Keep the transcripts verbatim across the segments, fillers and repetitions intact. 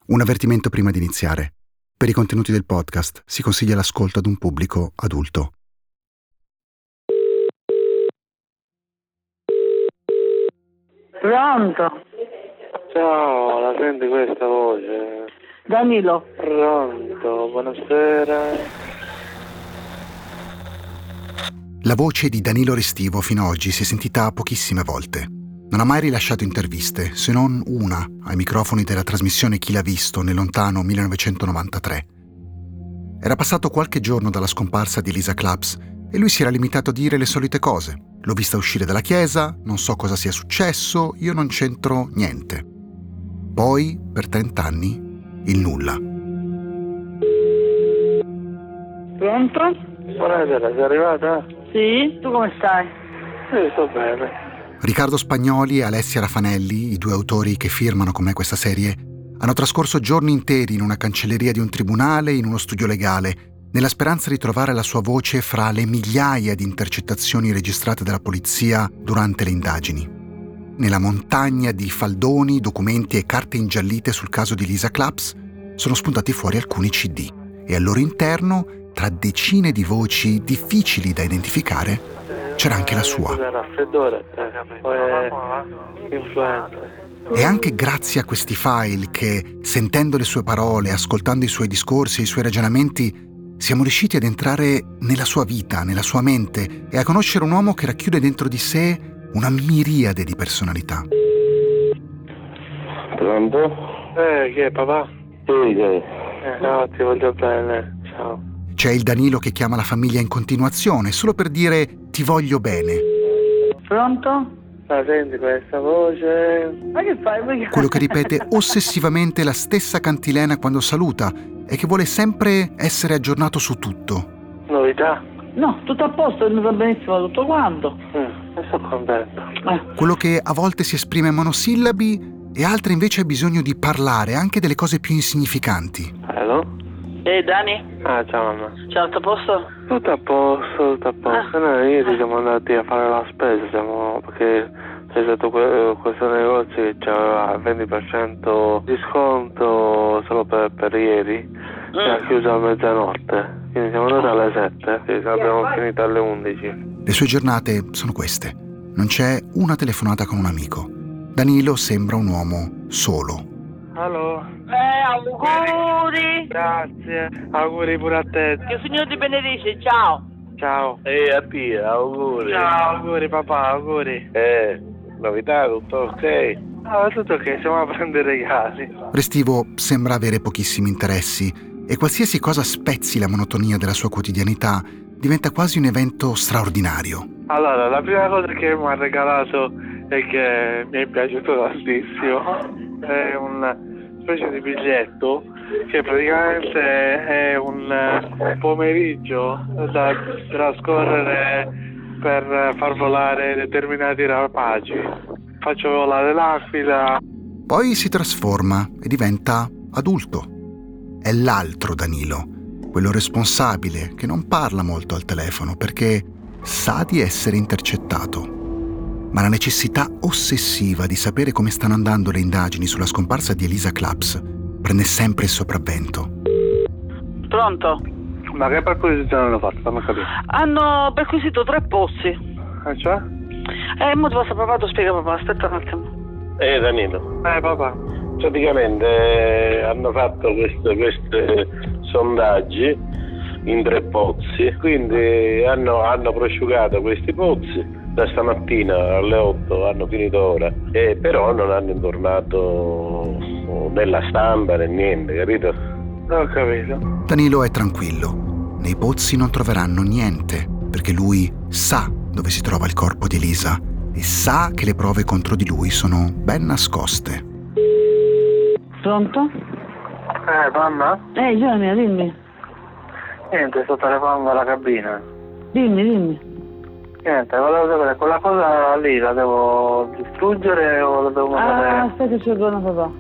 Un avvertimento prima di iniziare. Per i contenuti del podcast si consiglia l'ascolto ad un pubblico adulto. Pronto? Ciao, la senti questa voce? Danilo. Pronto, buonasera. La voce di Danilo Restivo fino ad oggi si è sentita pochissime volte. Non ha mai rilasciato interviste, se non una, ai microfoni della trasmissione Chi l'ha visto nel lontano millenovecentonovantatré. Era passato qualche giorno dalla scomparsa di Elisa Claps e lui si era limitato a dire le solite cose. L'ho vista uscire dalla chiesa, non so cosa sia successo, io non c'entro niente. Poi, per trent'anni, il nulla. Pronto? Buonasera, sei arrivata? Sì? Tu come stai? Sì, sto bene. Riccardo Spagnoli e Alessia Rafanelli, i due autori che firmano con me questa serie, hanno trascorso giorni interi in una cancelleria di un tribunale, in uno studio legale, nella speranza di trovare la sua voce fra le migliaia di intercettazioni registrate dalla polizia durante le indagini. Nella montagna di faldoni, documenti e carte ingiallite sul caso di Elisa Claps sono spuntati fuori alcuni C D e al loro interno, tra decine di voci difficili da identificare, c'era anche la sua. Raffreddore, eh, influenza. E anche grazie a questi file che, sentendo le sue parole, ascoltando i suoi discorsi e i suoi ragionamenti, siamo riusciti ad entrare nella sua vita, nella sua mente e a conoscere un uomo che racchiude dentro di sé una miriade di personalità. Pronto? Eh, chi è, papà? Sì, sì. Eh, no, ti voglio bene, ciao. C'è il Danilo che chiama la famiglia in continuazione, solo per dire ti voglio bene. Pronto? La senti questa voce? Ma che fai? Perché... Quello che ripete ossessivamente la stessa cantilena quando saluta e che vuole sempre essere aggiornato su tutto. Novità? No, tutto a posto, è andato benissimo tutto quanto. Mm, ne sono contento. Eh. Quello che a volte si esprime a monosillabi e altre invece ha bisogno di parlare anche delle cose più insignificanti. Hello? Ehi Dani? Ah, ciao mamma. Ciao, tutto a posto? Tutto a posto, tutto a posto. Ah. Noi ieri siamo andati a fare la spesa, siamo, perché c'è stato que- questo negozio che c'aveva il venti per cento di sconto solo per, per ieri mm. e ha chiuso a mezzanotte. Quindi siamo andati alle sette e abbiamo finito alle undici. Le sue giornate sono queste. Non c'è una telefonata con un amico. Danilo sembra un uomo solo. Allo? Eh, auguri! Grazie, auguri pure a te. Che il Signore ti benedice, ciao! Ciao. Ehi, a Pia, auguri. Ciao, auguri papà, auguri. Eh, novità, tutto ok? Ah, tutto ok, siamo a prendere regali. Restivo sembra avere pochissimi interessi e qualsiasi cosa spezzi la monotonia della sua quotidianità diventa quasi un evento straordinario. Allora, la prima cosa che mi ha regalato e che mi è piaciuto tantissimo è una specie di biglietto che praticamente è un pomeriggio da trascorrere per far volare determinati rapaci. Faccio volare l'aquila. Poi si trasforma e diventa adulto. È l'altro Danilo, quello responsabile che non parla molto al telefono perché sa di essere intercettato. Ma la necessità ossessiva di sapere come stanno andando le indagini sulla scomparsa di Elisa Claps prende sempre il sopravvento. Pronto? Ma che perquisizione hanno fatto? Fammi capire. Hanno perquisito tre pozzi. Eh, cioè? Eh, mo ti posso papà, tu spiega papà, aspetta un attimo. Eh, Danilo, Eh, papà. praticamente eh, hanno fatto questi queste sondaggi in tre pozzi, quindi hanno, hanno prosciugato questi pozzi. Da stamattina alle otto hanno finito ora, e però non hanno informato nella stampa né niente, capito? Ho capito. Danilo è tranquillo. Nei pozzi non troveranno niente, perché lui sa dove si trova il corpo di Elisa e sa che le prove contro di lui sono ben nascoste. Pronto? Eh, mamma? Ehi, Giovanni, dimmi. Niente, sto telefonando alla cabina. Dimmi, dimmi. Niente, volevo sapere, quella cosa lì la devo distruggere o la devo mandare? Ah, aspetta, ci torno papà.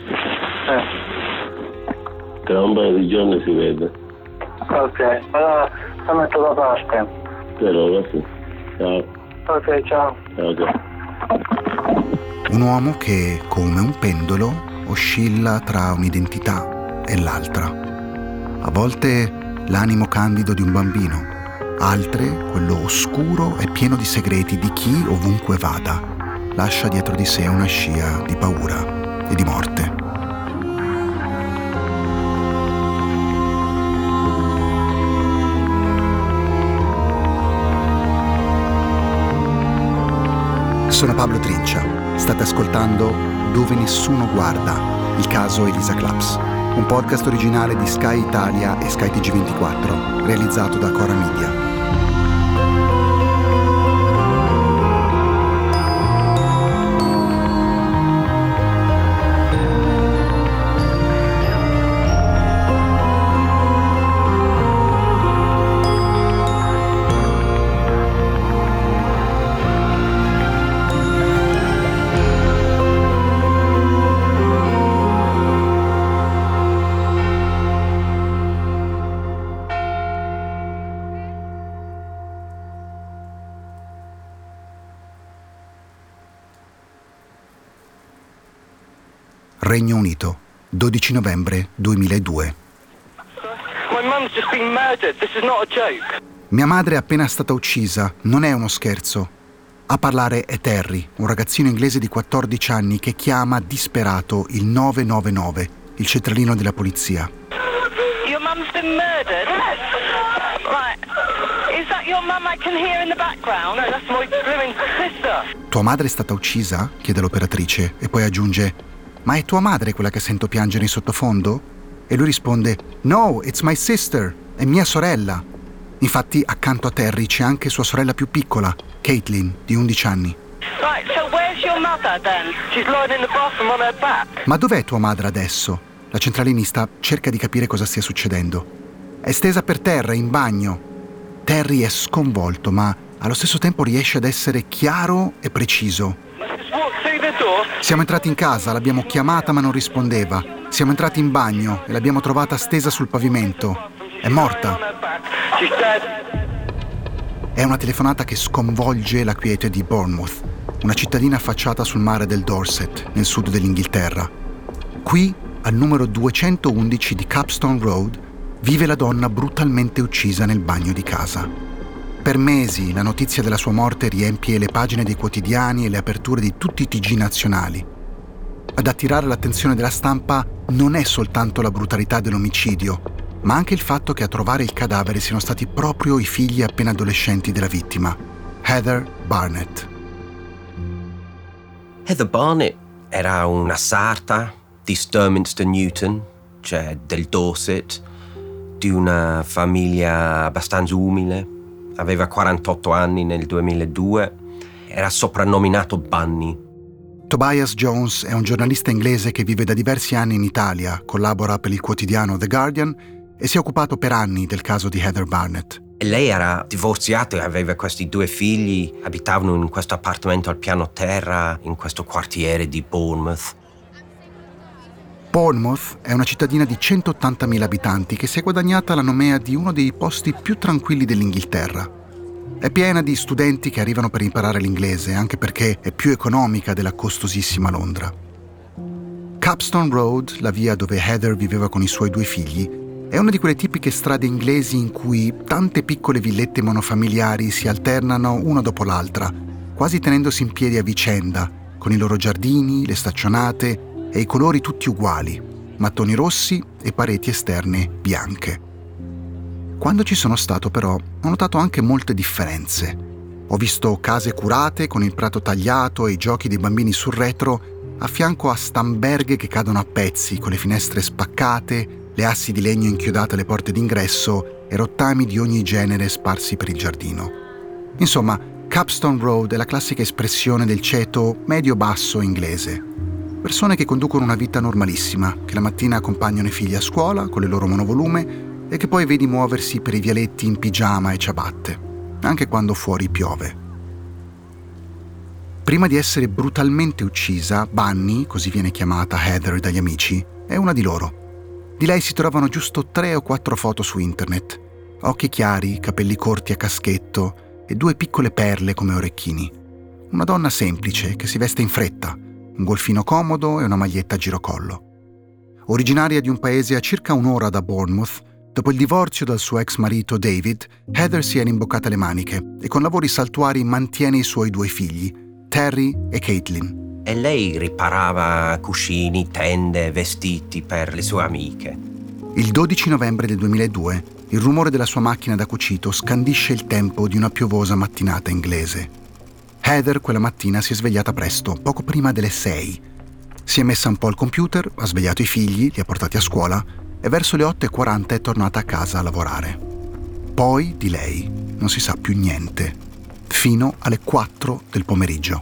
Eh. Tra un paio di giorni si vede. Ok, allora la metto da parte. Però sì. Ciao. Ok, ciao. Ciao, ciao. Un uomo che, come un pendolo, oscilla tra un'identità e l'altra. A volte l'animo candido di un bambino, altre quello oscuro e pieno di segreti di chi, ovunque vada, lascia dietro di sé una scia di paura e di morte. Sono Pablo Trincia, state ascoltando Dove nessuno guarda, il caso Elisa Claps, un podcast originale di Sky Italia e Sky T G ventiquattro, realizzato da Cora Media. Regno Unito, dodici novembre duemiladue. My mum's just been murdered. This is not a joke. Mia madre è appena stata uccisa, non è uno scherzo. A parlare è Terry, un ragazzino inglese di quattordici anni che chiama disperato il nove nove nove, il centralino della polizia. Your mum's been murdered? Right. Is that your mum I can hear in the background? No, that's my blooming sister. Tua madre è stata uccisa? Chiede l'operatrice e poi aggiunge: ma è tua madre quella che sento piangere in sottofondo? E lui risponde: no, it's my sister, è mia sorella. Infatti accanto a Terry c'è anche sua sorella più piccola, Caitlin, di undici anni. Right, so where's your mother then? She's lying in the bathroom on her back. Ma dov'è tua madre adesso? La centralinista cerca di capire cosa stia succedendo. È stesa per terra, in bagno. Terry è sconvolto, ma allo stesso tempo riesce ad essere chiaro e preciso. Siamo entrati in casa, l'abbiamo chiamata ma non rispondeva. Siamo entrati in bagno e l'abbiamo trovata stesa sul pavimento. È morta. È una telefonata che sconvolge la quiete di Bournemouth, una cittadina affacciata sul mare del Dorset, nel sud dell'Inghilterra. Qui, al numero duecentoundici di Capstone Road, vive la donna brutalmente uccisa nel bagno di casa. Per mesi la notizia della sua morte riempie le pagine dei quotidiani e le aperture di tutti i T G nazionali. Ad attirare l'attenzione della stampa non è soltanto la brutalità dell'omicidio, ma anche il fatto che a trovare il cadavere siano stati proprio i figli appena adolescenti della vittima, Heather Barnett. Heather Barnett era una sarta di Sturminster Newton, cioè del Dorset, di una famiglia abbastanza umile. Aveva quarantotto anni nel duemiladue, era soprannominato Bunny. Tobias Jones è un giornalista inglese che vive da diversi anni in Italia, collabora per il quotidiano The Guardian e si è occupato per anni del caso di Heather Barnett. E lei era divorziata e aveva questi due figli, abitavano in questo appartamento al piano terra in questo quartiere di Bournemouth. Bournemouth è una cittadina di centottantamila abitanti che si è guadagnata la nomea di uno dei posti più tranquilli dell'Inghilterra. È piena di studenti che arrivano per imparare l'inglese, anche perché è più economica della costosissima Londra. Capstone Road, la via dove Heather viveva con i suoi due figli, è una di quelle tipiche strade inglesi in cui tante piccole villette monofamiliari si alternano una dopo l'altra, quasi tenendosi in piedi a vicenda, con i loro giardini, le staccionate e i colori tutti uguali, mattoni rossi e pareti esterne bianche. Quando ci sono stato però ho notato anche molte differenze. Ho visto case curate con il prato tagliato e i giochi dei bambini sul retro a fianco a stamberghe che cadono a pezzi con le finestre spaccate, le assi di legno inchiodate alle porte d'ingresso e rottami di ogni genere sparsi per il giardino. Insomma, Capstone Road è la classica espressione del ceto medio-basso inglese. Persone che conducono una vita normalissima, che la mattina accompagnano i figli a scuola con le loro monovolume e che poi vedi muoversi per i vialetti in pigiama e ciabatte, anche quando fuori piove. Prima di essere brutalmente uccisa, Bunny, così viene chiamata Heather dagli amici, è una di loro. Di lei si trovano giusto tre o quattro foto su internet. Occhi chiari, capelli corti a caschetto e due piccole perle come orecchini. Una donna semplice che si veste in fretta, un golfino comodo e una maglietta a girocollo. Originaria di un paese a circa un'ora da Bournemouth, dopo il divorzio dal suo ex marito David, Heather si è rimboccata le maniche e con lavori saltuari mantiene i suoi due figli, Terry e Caitlin. E lei riparava cuscini, tende, vestiti per le sue amiche. Il dodici novembre del duemiladue, il rumore della sua macchina da cucito scandisce il tempo di una piovosa mattinata inglese. Heather quella mattina si è svegliata presto, poco prima delle sei. Si è messa un po' al computer, ha svegliato i figli, li ha portati a scuola e verso le otto e quaranta è tornata a casa a lavorare. Poi di lei non si sa più niente, fino alle quattro del pomeriggio.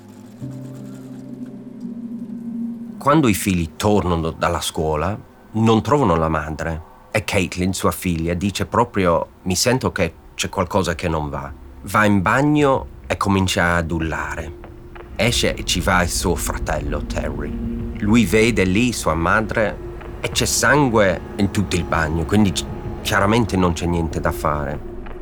Quando i figli tornano dalla scuola, non trovano la madre e Caitlin, sua figlia, dice proprio: mi sento che c'è qualcosa che non va. Va in bagno e comincia ad urlare. Esce e ci va il suo fratello Terry. Lui vede lì sua madre e c'è sangue in tutto il bagno, quindi chiaramente non c'è niente da fare.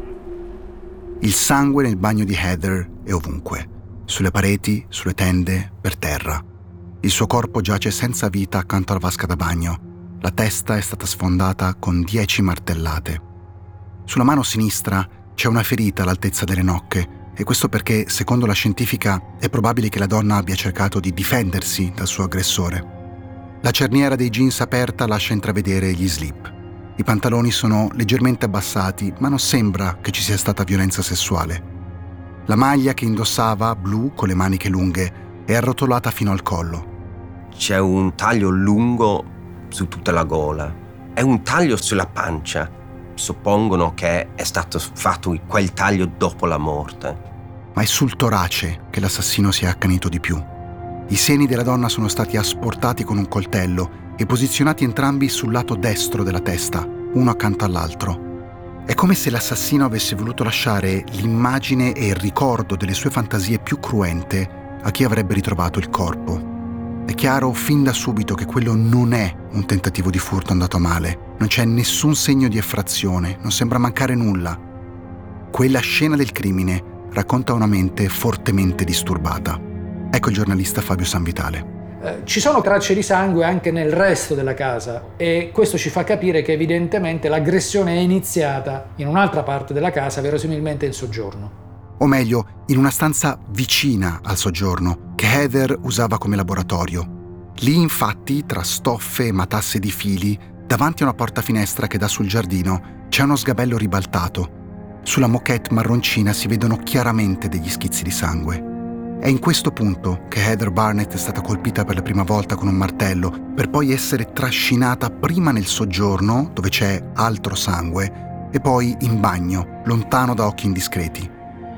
Il sangue nel bagno di Heather è ovunque, sulle pareti, sulle tende, per terra. Il suo corpo giace senza vita accanto alla vasca da bagno. La testa è stata sfondata con dieci martellate. Sulla mano sinistra c'è una ferita all'altezza delle nocche, e questo perché, secondo la scientifica, è probabile che la donna abbia cercato di difendersi dal suo aggressore. La cerniera dei jeans aperta lascia intravedere gli slip. I pantaloni sono leggermente abbassati, ma non sembra che ci sia stata violenza sessuale. La maglia che indossava, blu con le maniche lunghe, è arrotolata fino al collo. C'è un taglio lungo su tutta la gola e un taglio sulla pancia. Suppongono che è stato fatto quel taglio dopo la morte. Ma è sul torace che l'assassino si è accanito di più. I seni della donna sono stati asportati con un coltello e posizionati entrambi sul lato destro della testa, uno accanto all'altro. È come se l'assassino avesse voluto lasciare l'immagine e il ricordo delle sue fantasie più cruente a chi avrebbe ritrovato il corpo. È chiaro fin da subito che quello non è un tentativo di furto andato a male. Non c'è nessun segno di effrazione, non sembra mancare nulla. Quella scena del crimine racconta una mente fortemente disturbata. Ecco il giornalista Fabio Sanvitale. Eh, ci sono tracce di sangue anche nel resto della casa e questo ci fa capire che evidentemente l'aggressione è iniziata in un'altra parte della casa, verosimilmente in soggiorno. O meglio, in una stanza vicina al soggiorno, che Heather usava come laboratorio. Lì, infatti, tra stoffe e matasse di fili, davanti a una porta-finestra che dà sul giardino, c'è uno sgabello ribaltato. Sulla moquette marroncina si vedono chiaramente degli schizzi di sangue. È in questo punto che Heather Barnett è stata colpita per la prima volta con un martello, per poi essere trascinata prima nel soggiorno, dove c'è altro sangue, e poi in bagno, lontano da occhi indiscreti.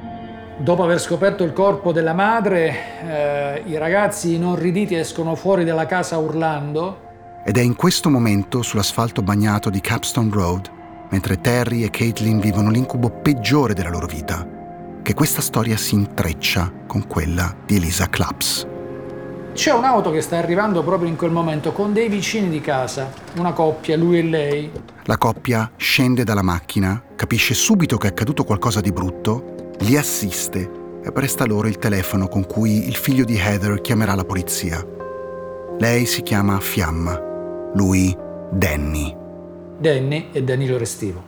Dopo aver scoperto il corpo della madre, eh, i ragazzi inorriditi escono fuori dalla casa urlando. Ed è in questo momento, sull'asfalto bagnato di Capstone Road, mentre Terry e Caitlin vivono l'incubo peggiore della loro vita, che questa storia si intreccia con quella di Elisa Claps. C'è un'auto che sta arrivando proprio in quel momento con dei vicini di casa, una coppia, lui e lei. La coppia scende dalla macchina, capisce subito che è accaduto qualcosa di brutto, li assiste e presta loro il telefono con cui il figlio di Heather chiamerà la polizia. Lei si chiama Fiamma, lui Danny. Danny e Danilo Restivo.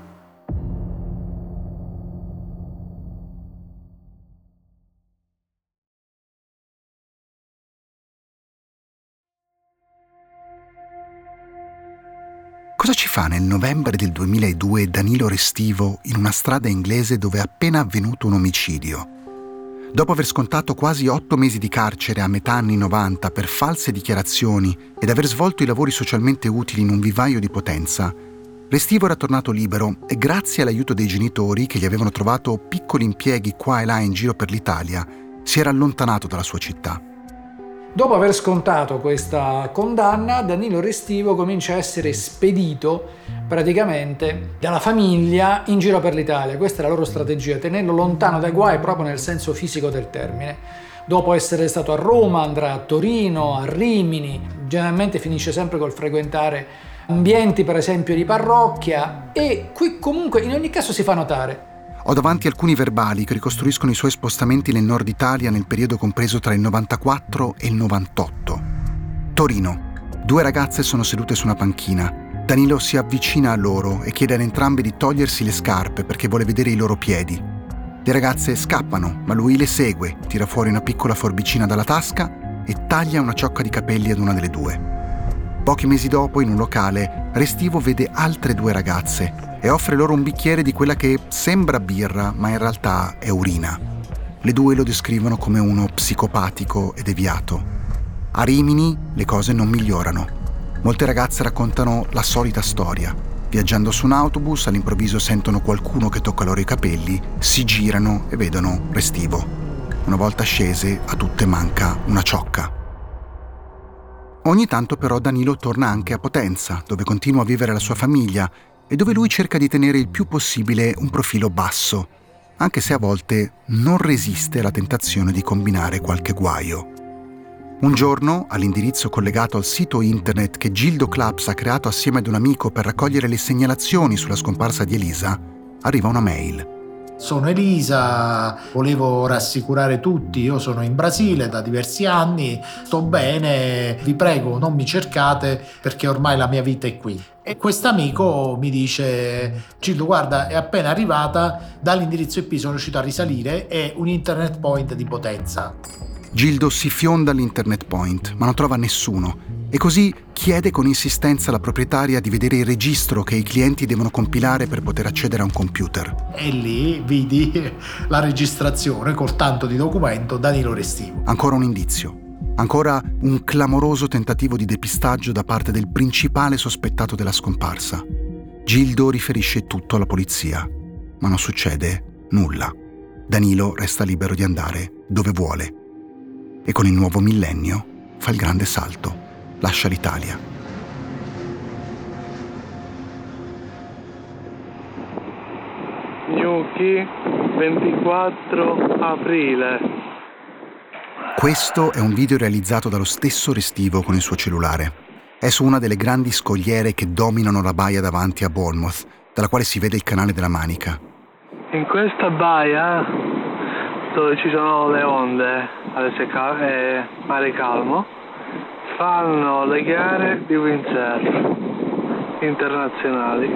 Cosa ci fa nel novembre del duemiladue Danilo Restivo in una strada inglese dove è appena avvenuto un omicidio? Dopo aver scontato quasi otto mesi di carcere a metà anni novanta per false dichiarazioni ed aver svolto i lavori socialmente utili in un vivaio di Potenza, Restivo era tornato libero e grazie all'aiuto dei genitori, che gli avevano trovato piccoli impieghi qua e là in giro per l'Italia, si era allontanato dalla sua città. Dopo aver scontato questa condanna, Danilo Restivo comincia a essere spedito praticamente dalla famiglia in giro per l'Italia. Questa è la loro strategia, tenerlo lontano dai guai proprio nel senso fisico del termine. Dopo essere stato a Roma, andrà a Torino, a Rimini, generalmente finisce sempre col frequentare ambienti per esempio di parrocchia e qui comunque in ogni caso si fa notare. Ho davanti alcuni verbali che ricostruiscono i suoi spostamenti nel nord Italia nel periodo compreso tra il novantaquattro e il novantotto. Torino. Due ragazze sono sedute su una panchina. Danilo si avvicina a loro e chiede ad entrambe di togliersi le scarpe perché vuole vedere i loro piedi. Le ragazze scappano, ma lui le segue, tira fuori una piccola forbicina dalla tasca e taglia una ciocca di capelli ad una delle due. Pochi mesi dopo, in un locale, Restivo vede altre due ragazze e offre loro un bicchiere di quella che sembra birra, ma in realtà è urina. Le due lo descrivono come uno psicopatico e deviato. A Rimini le cose non migliorano. Molte ragazze raccontano la solita storia. Viaggiando su un autobus, all'improvviso sentono qualcuno che tocca loro i capelli, si girano e vedono Restivo. Una volta scese, a tutte manca una ciocca. Ogni tanto però Danilo torna anche a Potenza, dove continua a vivere la sua famiglia e dove lui cerca di tenere il più possibile un profilo basso, anche se a volte non resiste alla tentazione di combinare qualche guaio. Un giorno, all'indirizzo collegato al sito internet che Gildo Claps ha creato assieme ad un amico per raccogliere le segnalazioni sulla scomparsa di Elisa, arriva una mail. Sono Elisa, volevo rassicurare tutti, io sono in Brasile da diversi anni, sto bene, vi prego non mi cercate perché ormai la mia vita è qui. E quest'amico mi dice: Gildo, guarda, è appena arrivata, dall'indirizzo I P sono riuscito a risalire, è un internet point di Potenza. Gildo si fionda all'internet point, ma non trova nessuno, e così chiede con insistenza alla proprietaria di vedere il registro che i clienti devono compilare per poter accedere a un computer. E lì vidi la registrazione col tanto di documento Danilo Restivo. Ancora un indizio. Ancora un clamoroso tentativo di depistaggio da parte del principale sospettato della scomparsa. Gildo riferisce tutto alla polizia, ma non succede nulla. Danilo resta libero di andare dove vuole. E con il nuovo millennio fa il grande salto. Lascia l'Italia. Gnocchi, ventiquattro aprile. Questo è un video realizzato dallo stesso Restivo con il suo cellulare. È su una delle grandi scogliere che dominano la baia davanti a Bournemouth, dalla quale si vede il canale della Manica. In questa baia, dove ci sono le onde, adesso è mare calmo, fanno le gare di windsurf internazionali.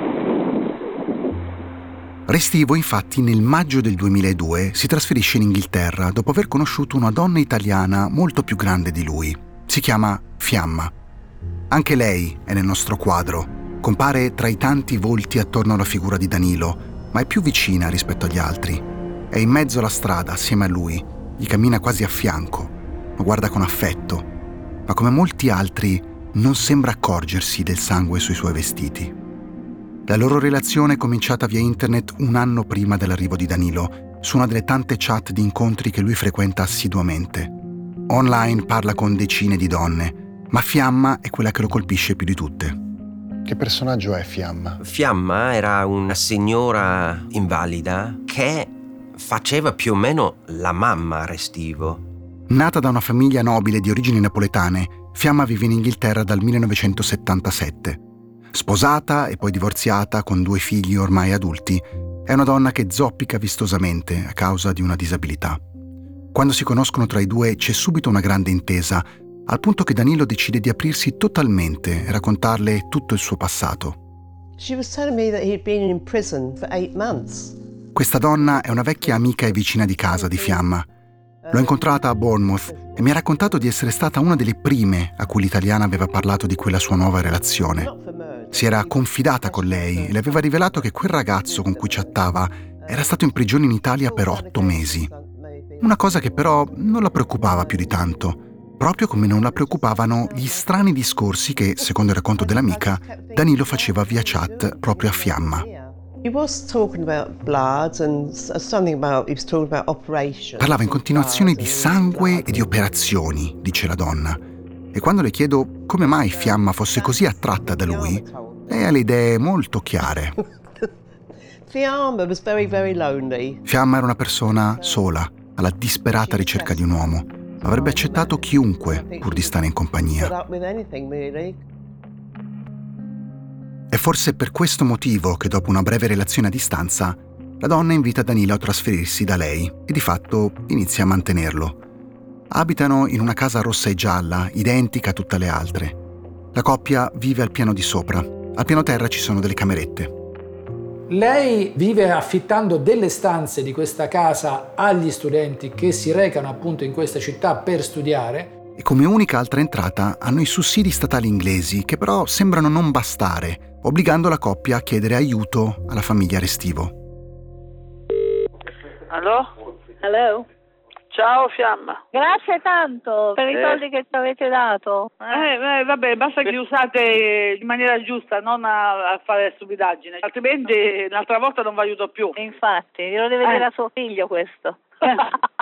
Restivo, infatti, nel maggio del duemiladue si trasferisce in Inghilterra dopo aver conosciuto una donna italiana molto più grande di lui. Si chiama Fiamma. Anche lei è nel nostro quadro. Compare tra i tanti volti attorno alla figura di Danilo, ma è più vicina rispetto agli altri. È in mezzo alla strada assieme a lui, gli cammina quasi a fianco, lo guarda con affetto. Ma come molti altri non sembra accorgersi del sangue sui suoi vestiti. La loro relazione è cominciata via internet un anno prima dell'arrivo di Danilo, su una delle tante chat di incontri che lui frequenta assiduamente. Online parla con decine di donne, ma Fiamma è quella che lo colpisce più di tutte. Che personaggio è Fiamma? Fiamma era una signora invalida che faceva più o meno la mamma a Restivo. Nata da una famiglia nobile di origini napoletane, Fiamma vive in Inghilterra dal millenovecentosettantasette. Sposata e poi divorziata con due figli ormai adulti, è una donna che zoppica vistosamente a causa di una disabilità. Quando si conoscono tra i due c'è subito una grande intesa, al punto che Danilo decide di aprirsi totalmente e raccontarle tutto il suo passato. She was telling me that he'd been in prison for eight months. Questa donna è una vecchia amica e vicina di casa di Fiamma. L'ho incontrata a Bournemouth e mi ha raccontato di essere stata una delle prime a cui l'italiana aveva parlato di quella sua nuova relazione. Si era confidata con lei e le aveva rivelato che quel ragazzo con cui chattava era stato in prigione in Italia per otto mesi. Una cosa che però non la preoccupava più di tanto, proprio come non la preoccupavano gli strani discorsi che, secondo il racconto dell'amica, Danilo faceva via chat proprio a Fiamma. Parlava in continuazione di sangue e di operazioni, dice la donna. E quando le chiedo come mai Fiamma fosse così attratta da lui, lei ha le idee molto chiare. Fiamma era una persona sola, alla disperata ricerca di un uomo. Avrebbe accettato chiunque pur di stare in compagnia. È forse per questo motivo che dopo una breve relazione a distanza La donna invita Danilo a trasferirsi da lei e di fatto inizia a mantenerlo. Abitano in una casa rossa e gialla, identica a tutte le altre. La coppia vive al piano di sopra. Al piano terra ci sono delle camerette. Lei vive affittando delle stanze di questa casa agli studenti che si recano appunto in questa città per studiare. E come unica altra entrata hanno i sussidi statali inglesi, che però sembrano non bastare, obbligando la coppia a chiedere aiuto alla famiglia Restivo. Allo? Hello? Ciao Fiamma. Grazie tanto per i Eh. soldi che ci avete dato. Eh, eh, vabbè, basta che li usate in maniera giusta, non a, a fare stupidaggini, altrimenti l'altra volta non vi aiuto più. Infatti, glielo deve Eh. dire a suo figlio questo. Eh.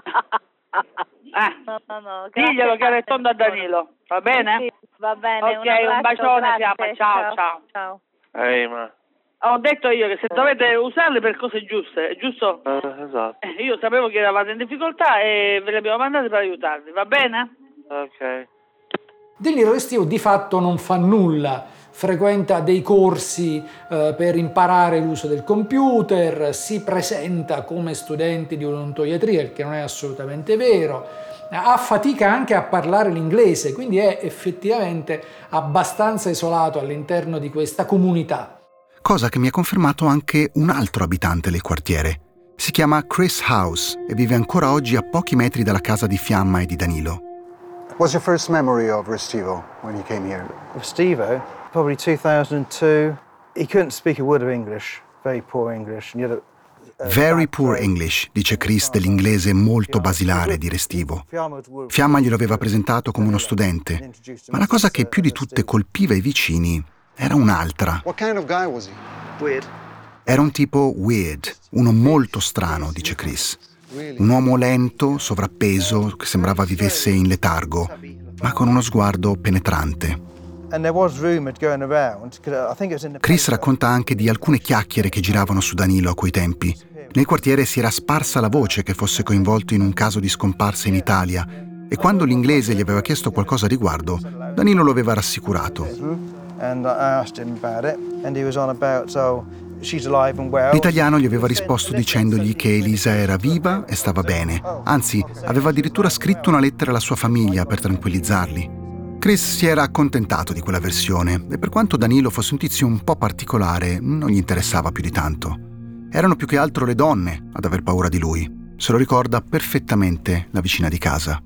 No, no, no. grazie Diglielo che tante. rispondo a Danilo, va bene? Sì, sì, va bene. Ok, un abbraccio, bacione, grazie. Fiamma, ciao, ciao. Ciao. Ehi, ma... Ho detto io che se dovete usarli per cose giuste, giusto? Eh, esatto. Eh, io sapevo che eravate in difficoltà e ve li abbiamo mandati per aiutarvi, va bene? Ok. Danilo Restivo di fatto non fa nulla, frequenta dei corsi eh, per imparare l'uso del computer, si presenta come studente di odontoiatria, il che non è assolutamente vero, ha fatica anche a parlare l'inglese, quindi è effettivamente abbastanza isolato all'interno di questa comunità. Cosa che mi ha confermato anche un altro abitante del quartiere. Si chiama Chris House e vive ancora oggi a pochi metri dalla casa di Fiamma e di Danilo. What's your first memory of Restivo when you came here? Restivo, probably two thousand two. He couldn't speak a word of English, very poor English. And he had a, a Very poor English, dice Chris dell'inglese molto basilare di Restivo. Fiamma glielo aveva presentato come uno studente, ma la cosa che più di tutte colpiva i vicini era un'altra. What kind of guy was he? weird. Era un tipo weird, uno molto strano, dice Chris. Un uomo lento, sovrappeso, che sembrava vivesse in letargo, ma con uno sguardo penetrante. And there was rumored going around, 'cause I think it was in the Chris racconta anche di alcune chiacchiere che giravano su Danilo a quei tempi. Nel quartiere si era sparsa la voce che fosse coinvolto in un caso di scomparsa in Italia e quando l'inglese gli aveva chiesto qualcosa a riguardo, Danilo lo aveva rassicurato. And I asked him about it, and he was on about, so she's alive and well. L'italiano gli aveva risposto dicendogli che Elisa era viva e stava bene. Anzi, aveva addirittura scritto una lettera alla sua famiglia per tranquillizzarli. Chris si era accontentato di quella versione e per quanto Danilo fosse un tizio un po' particolare, non gli interessava più di tanto. Erano più che altro le donne ad aver paura di lui. Se lo ricorda perfettamente la vicina di casa.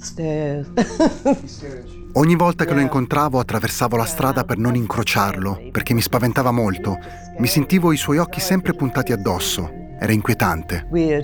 Ogni volta che lo incontravo attraversavo la strada per non incrociarlo, perché mi spaventava molto. Mi sentivo i suoi occhi sempre puntati addosso. Era inquietante. Weird.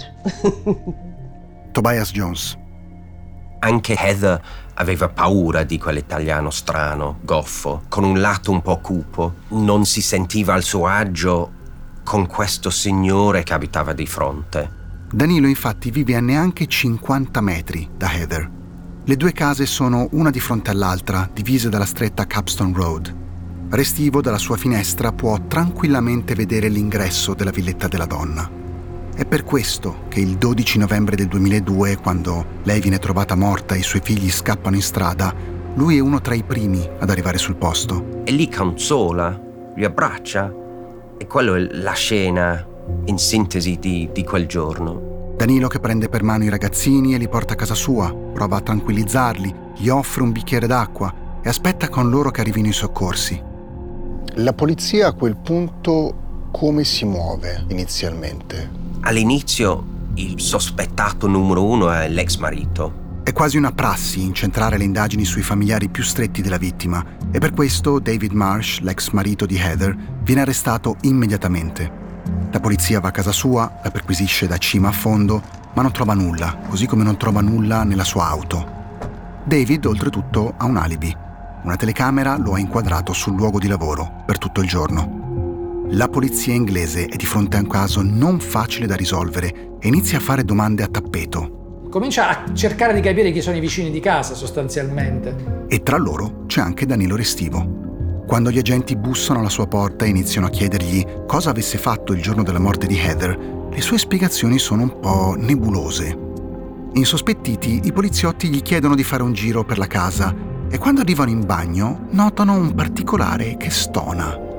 Tobias Jones. Anche Heather aveva paura di quell'italiano strano, goffo, con un lato un po' cupo. Non si sentiva al suo agio con questo signore che abitava di fronte. Danilo infatti vive a neanche cinquanta metri da Heather. Le due case sono una di fronte all'altra, divise dalla stretta Capstone Road. Restivo dalla sua finestra può tranquillamente vedere l'ingresso della villetta della donna. È per questo che il dodici novembre del duemiladue, quando lei viene trovata morta e i suoi figli scappano in strada, lui è uno tra i primi ad arrivare sul posto. E li consola, li abbraccia. E quello è la scena in sintesi di, di quel giorno. Danilo che prende per mano i ragazzini e li porta a casa sua, prova a tranquillizzarli, gli offre un bicchiere d'acqua e aspetta con loro che arrivino i soccorsi. La polizia a quel punto come si muove inizialmente? All'inizio il sospettato numero uno è l'ex marito. È quasi una prassi incentrare le indagini sui familiari più stretti della vittima e per questo David Marsh, l'ex marito di Heather, viene arrestato immediatamente. La polizia va a casa sua, la perquisisce da cima a fondo, ma non trova nulla, così come non trova nulla nella sua auto. David, oltretutto, ha un alibi. Una telecamera lo ha inquadrato sul luogo di lavoro per tutto il giorno. La polizia inglese è di fronte a un caso non facile da risolvere e inizia a fare domande a tappeto. Comincia a cercare di capire chi sono i vicini di casa, sostanzialmente. E tra loro c'è anche Danilo Restivo. Quando gli agenti bussano alla sua porta e iniziano a chiedergli cosa avesse fatto il giorno della morte di Heather, le sue spiegazioni sono un po' nebulose. Insospettiti, i poliziotti gli chiedono di fare un giro per la casa e quando arrivano in bagno notano un particolare che stona.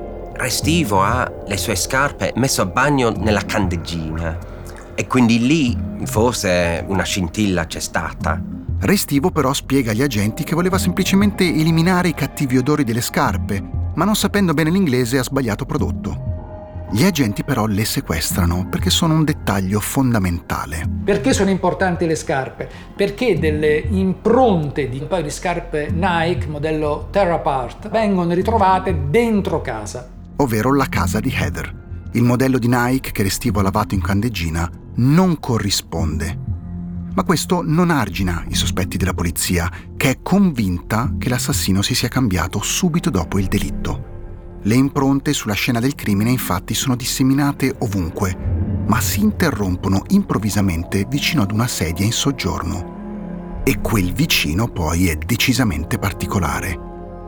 Restivo ha le sue scarpe messo a bagno nella candeggina e quindi lì forse una scintilla c'è stata. Restivo però spiega agli agenti che voleva semplicemente eliminare i cattivi odori delle scarpe, ma non sapendo bene l'inglese ha sbagliato prodotto. Gli agenti però le sequestrano perché sono un dettaglio fondamentale. Perché sono importanti le scarpe? Perché delle impronte di un paio di scarpe Nike modello Terrapart vengono ritrovate dentro casa. Ovvero la casa di Heather. Il modello di Nike che Restivo ha lavato in candeggina non corrisponde. Ma questo non argina i sospetti della polizia, che è convinta che l'assassino si sia cambiato subito dopo il delitto. Le impronte sulla scena del crimine infatti sono disseminate ovunque, ma si interrompono improvvisamente vicino ad una sedia in soggiorno. E quel vicino poi è decisamente particolare.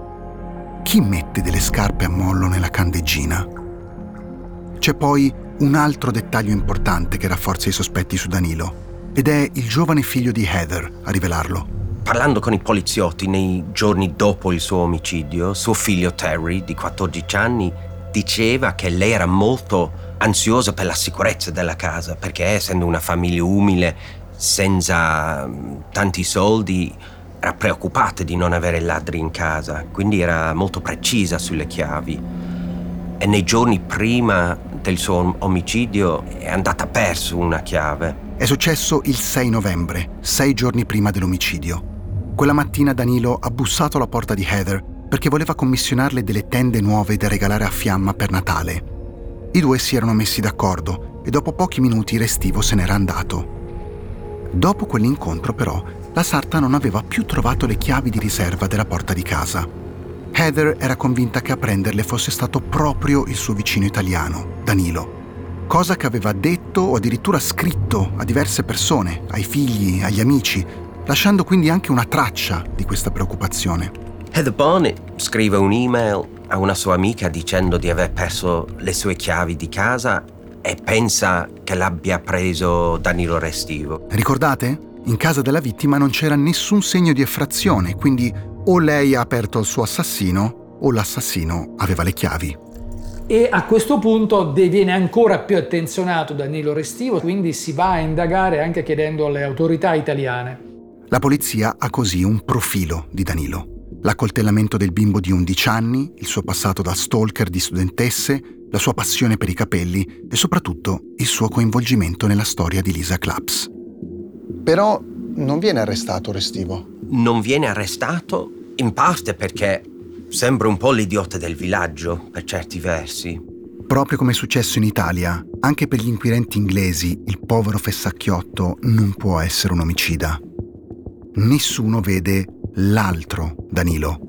Chi mette delle scarpe a mollo nella candeggina? C'è poi un altro dettaglio importante che rafforza i sospetti su Danilo, ed è il giovane figlio di Heather a rivelarlo. Parlando con i poliziotti nei giorni dopo il suo omicidio, suo figlio Terry, di quattordici anni, diceva che lei era molto ansiosa per la sicurezza della casa, perché essendo una famiglia umile, senza tanti soldi, era preoccupata di non avere ladri in casa, quindi era molto precisa sulle chiavi. E nei giorni prima del suo omicidio è andata perso una chiave. È successo il sei novembre, sei giorni prima dell'omicidio. Quella mattina Danilo ha bussato alla porta di Heather perché voleva commissionarle delle tende nuove da regalare a Fiamma per Natale. I due si erano messi d'accordo e dopo pochi minuti Restivo se n'era andato. Dopo quell'incontro però la sarta non aveva più trovato le chiavi di riserva della porta di casa. Heather era convinta che a prenderle fosse stato proprio il suo vicino italiano, Danilo, cosa che aveva detto o addirittura scritto a diverse persone, ai figli, agli amici, lasciando quindi anche una traccia di questa preoccupazione. Heather Barnett scrive un'email a una sua amica dicendo di aver perso le sue chiavi di casa e pensa che l'abbia preso Danilo Restivo. Ricordate? In casa della vittima non c'era nessun segno di effrazione, quindi o lei ha aperto il suo assassino o l'assassino aveva le chiavi. E a questo punto diviene ancora più attenzionato Danilo Restivo, quindi si va a indagare anche chiedendo alle autorità italiane. La polizia ha così un profilo di Danilo. L'accoltellamento del bimbo di undici anni, il suo passato da stalker di studentesse, la sua passione per i capelli e soprattutto il suo coinvolgimento nella storia di Lisa Claps. Però non viene arrestato Restivo. Non viene arrestato in parte perché sembra un po' l'idiota del villaggio, per certi versi. Proprio come è successo in Italia, anche per gli inquirenti inglesi, il povero Fessacchiotto non può essere un omicida. Nessuno vede l'altro Danilo.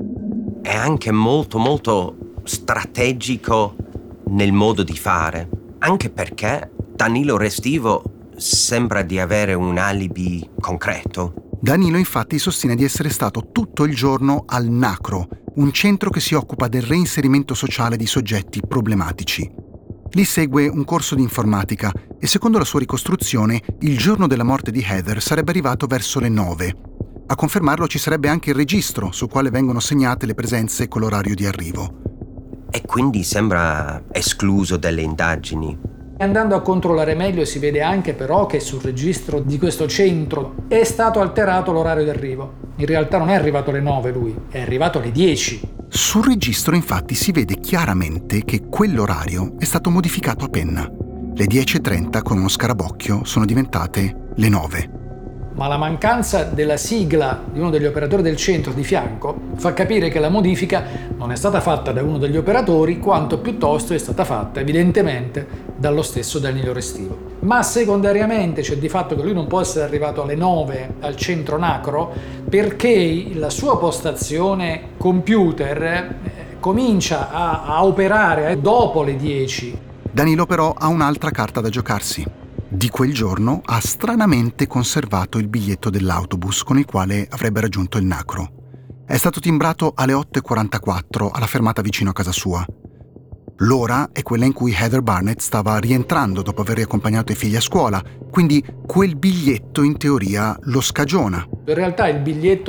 È anche molto molto strategico nel modo di fare, anche perché Danilo Restivo sembra di avere un alibi concreto. Danilo infatti sostiene di essere stato tutto il giorno al NACRO, un centro che si occupa del reinserimento sociale di soggetti problematici. Lì segue un corso di informatica e secondo la sua ricostruzione il giorno della morte di Heather sarebbe arrivato verso le nove. A confermarlo ci sarebbe anche il registro sul quale vengono segnate le presenze con l'orario di arrivo. E quindi sembra escluso dalle indagini. Andando a controllare meglio si vede anche però che sul registro di questo centro è stato alterato l'orario di arrivo. In realtà non è arrivato alle nove lui, è arrivato alle dieci. Sul registro infatti si vede chiaramente che quell'orario è stato modificato a penna. Le dieci e trenta con uno scarabocchio sono diventate le nove. Ma la mancanza della sigla di uno degli operatori del centro di fianco fa capire che la modifica non è stata fatta da uno degli operatori, quanto piuttosto è stata fatta evidentemente dallo stesso Danilo Restivo. Ma secondariamente c'è di fatto che lui non può essere arrivato alle nove al centro NACRO perché la sua postazione computer eh, comincia a, a operare dopo le dieci. Danilo però ha un'altra carta da giocarsi. Di quel giorno ha stranamente conservato il biglietto dell'autobus con il quale avrebbe raggiunto il NACRO. È stato timbrato alle otto e quarantaquattro alla fermata vicino a casa sua. L'ora è quella in cui Heather Barnett stava rientrando dopo aver riaccompagnato i figli a scuola, quindi quel biglietto in teoria lo scagiona. In realtà il biglietto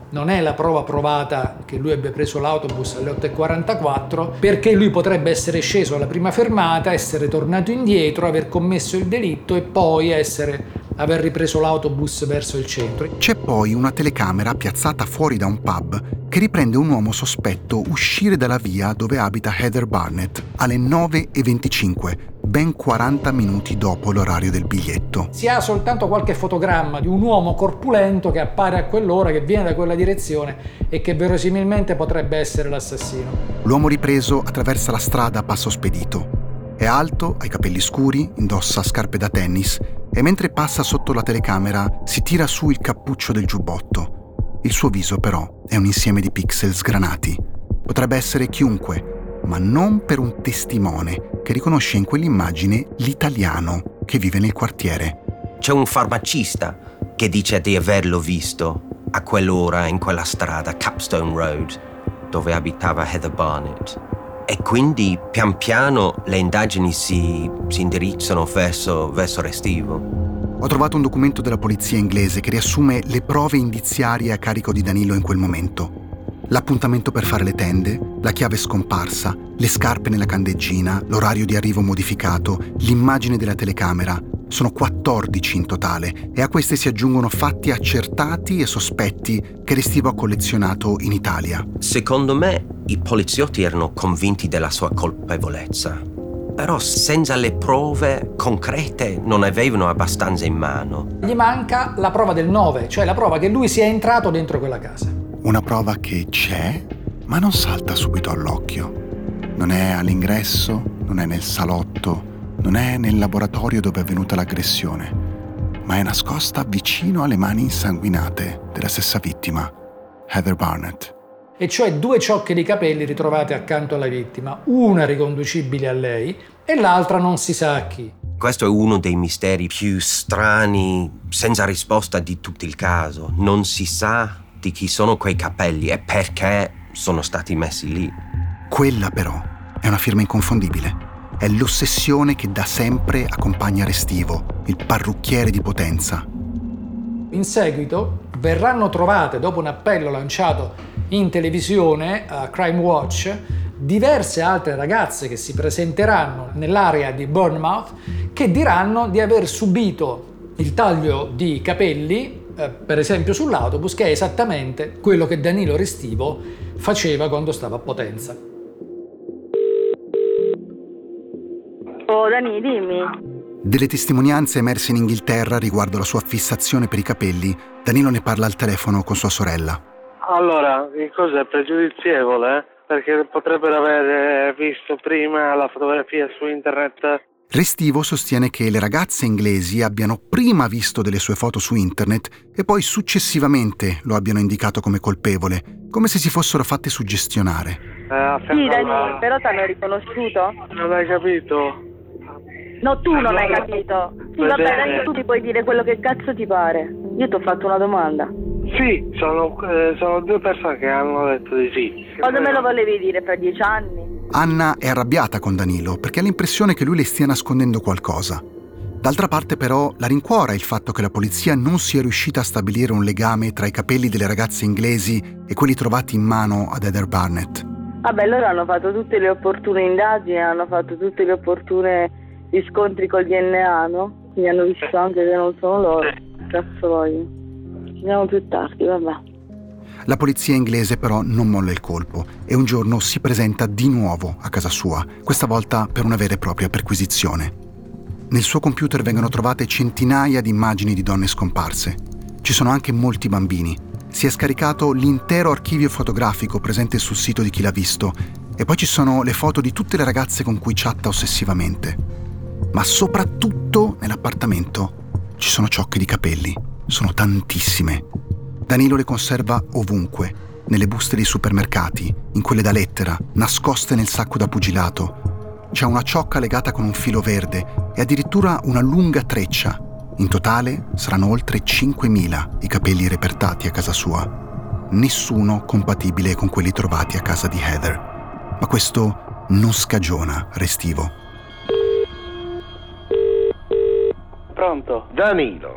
non è la prova provata che lui abbia preso l'autobus alle otto e quarantaquattro, perché lui potrebbe essere sceso alla prima fermata, essere tornato indietro, aver commesso il delitto e poi essere aver ripreso l'autobus verso il centro. C'è poi una telecamera piazzata fuori da un pub che riprende un uomo sospetto uscire dalla via dove abita Heather Barnett alle nove e venticinque, ben quaranta minuti dopo l'orario del biglietto. Si ha soltanto qualche fotogramma di un uomo corpulento che appare a quell'ora, che viene da quella direzione e che verosimilmente potrebbe essere l'assassino. L'uomo ripreso attraversa la strada a passo spedito. È alto, ha i capelli scuri, indossa scarpe da tennis e mentre passa sotto la telecamera si tira su il cappuccio del giubbotto. Il suo viso però è un insieme di pixel sgranati. Potrebbe essere chiunque, ma non per un testimone che riconosce in quell'immagine l'italiano che vive nel quartiere. C'è un farmacista che dice di averlo visto a quell'ora in quella strada, Capstone Road, dove abitava Heather Barnett. E quindi pian piano le indagini si, si indirizzano verso, verso Restivo. Ho trovato un documento della polizia inglese che riassume le prove indiziarie a carico di Danilo in quel momento. L'appuntamento per fare le tende, la chiave scomparsa, le scarpe nella candeggina, l'orario di arrivo modificato, l'immagine della telecamera. Sono quattordici in totale e a queste si aggiungono fatti accertati e sospetti che Restivo ha collezionato in Italia. Secondo me i poliziotti erano convinti della sua colpevolezza, però senza le prove concrete non avevano abbastanza in mano. Gli manca la prova del nove, cioè la prova che lui sia entrato dentro quella casa. Una prova che c'è, ma non salta subito all'occhio. Non è all'ingresso, non è nel salotto, non è nel laboratorio dove è avvenuta l'aggressione, ma è nascosta vicino alle mani insanguinate della stessa vittima, Heather Barnett. E cioè due ciocche di capelli ritrovate accanto alla vittima, una riconducibile a lei e l'altra non si sa a chi. Questo è uno dei misteri più strani, senza risposta di tutto il caso. Non si sa di chi sono quei capelli e perché sono stati messi lì. Quella però è una firma inconfondibile. È l'ossessione che da sempre accompagna Restivo, il parrucchiere di Potenza. In seguito verranno trovate, dopo un appello lanciato in televisione a Crime Watch, diverse altre ragazze che si presenteranno nell'area di Bournemouth che diranno di aver subito il taglio di capelli, eh, per esempio sull'autobus, che è esattamente quello che Danilo Restivo faceva quando stava a Potenza. Oh, Dani, dimmi. Delle testimonianze emerse in Inghilterra riguardo la sua fissazione per i capelli, Danilo ne parla al telefono con sua sorella. Allora, il coso è pregiudizievole, eh? Perché potrebbero aver visto prima la fotografia su internet. Restivo sostiene che le ragazze inglesi abbiano prima visto delle sue foto su internet e poi successivamente lo abbiano indicato come colpevole, come se si fossero fatte suggestionare. Eh, sì, Dani, però ti hanno riconosciuto? Non hai capito? No, tu non hai capito. Sì, vabbè, Dani, tu ti puoi dire quello che cazzo ti pare. Io ti ho fatto una domanda. Sì, sono, eh, sono due persone che hanno detto di sì. Cosa me lo volevi dire fra dieci anni? Anna è arrabbiata con Danilo perché ha l'impressione che lui le stia nascondendo qualcosa. D'altra parte però la rincuora il fatto che la polizia non sia riuscita a stabilire un legame tra i capelli delle ragazze inglesi e quelli trovati in mano ad Heather Barnett. Vabbè, loro hanno fatto tutte le opportune indagini, hanno fatto tutte le opportune riscontri col D N A, no? Quindi hanno visto anche che non sono loro. Cazzo voglio. Ci vediamo più tardi, vabbè. La polizia inglese però non molla il colpo e un giorno si presenta di nuovo a casa sua, questa volta per una vera e propria perquisizione. Nel suo computer vengono trovate centinaia di immagini di donne scomparse. Ci sono anche molti bambini. Si è scaricato l'intero archivio fotografico presente sul sito di Chi l'ha visto e poi ci sono le foto di tutte le ragazze con cui chatta ossessivamente. Ma soprattutto nell'appartamento ci sono ciocche di capelli. Sono tantissime. Danilo le conserva ovunque, nelle buste dei supermercati, in quelle da lettera, nascoste nel sacco da pugilato. C'è una ciocca legata con un filo verde e addirittura una lunga treccia. In totale saranno oltre cinquemila i capelli repertati a casa sua. Nessuno compatibile con quelli trovati a casa di Heather. Ma questo non scagiona Restivo. Pronto? Danilo,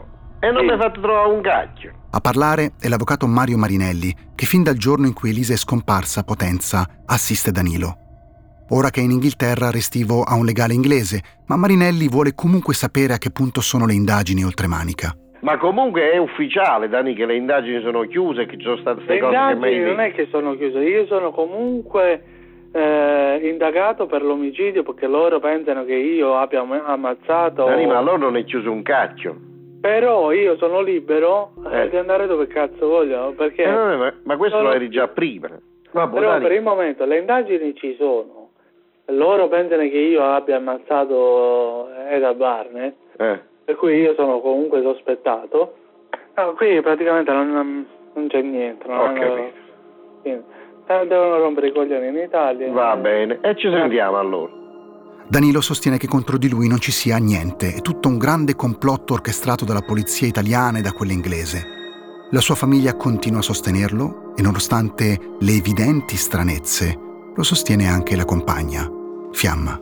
E non sì. mi hai fatto trovare un cacchio. A parlare è l'avvocato Mario Marinelli, che fin dal giorno in cui Elisa è scomparsa a Potenza assiste Danilo. Ora che è in Inghilterra, Restivo ha un legale inglese, ma Marinelli vuole comunque sapere a che punto sono le indagini oltremanica. Ma comunque è ufficiale, Dani, che le indagini sono chiuse, che ci sono state queste cose che mai... Le indagini non è che sono chiuse, io sono comunque eh, indagato per l'omicidio perché loro pensano che io abbia ammazzato... Dani, ma loro non è chiuso un cacchio. Però io sono libero eh. di andare dove cazzo voglio, perché... Eh, no, ma, ma questo sono... lo eri già prima. Vabbè, però Dani. Per il momento le indagini ci sono. Loro pensano che io abbia ammazzato Eda Barnett, eh. per cui io sono comunque sospettato. No, qui praticamente non, non c'è niente. Non Ho capito. Hanno, devono rompere i coglioni in Italia. Va bene, e ci sentiamo allora. Danilo sostiene che contro di lui non ci sia niente, è tutto un grande complotto orchestrato dalla polizia italiana e da quella inglese. La sua famiglia continua a sostenerlo e nonostante le evidenti stranezze, lo sostiene anche la compagna, Fiamma.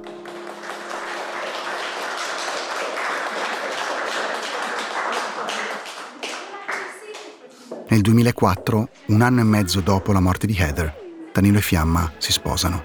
Nel duemilaquattro, un anno e mezzo dopo la morte di Heather, Danilo e Fiamma si sposano.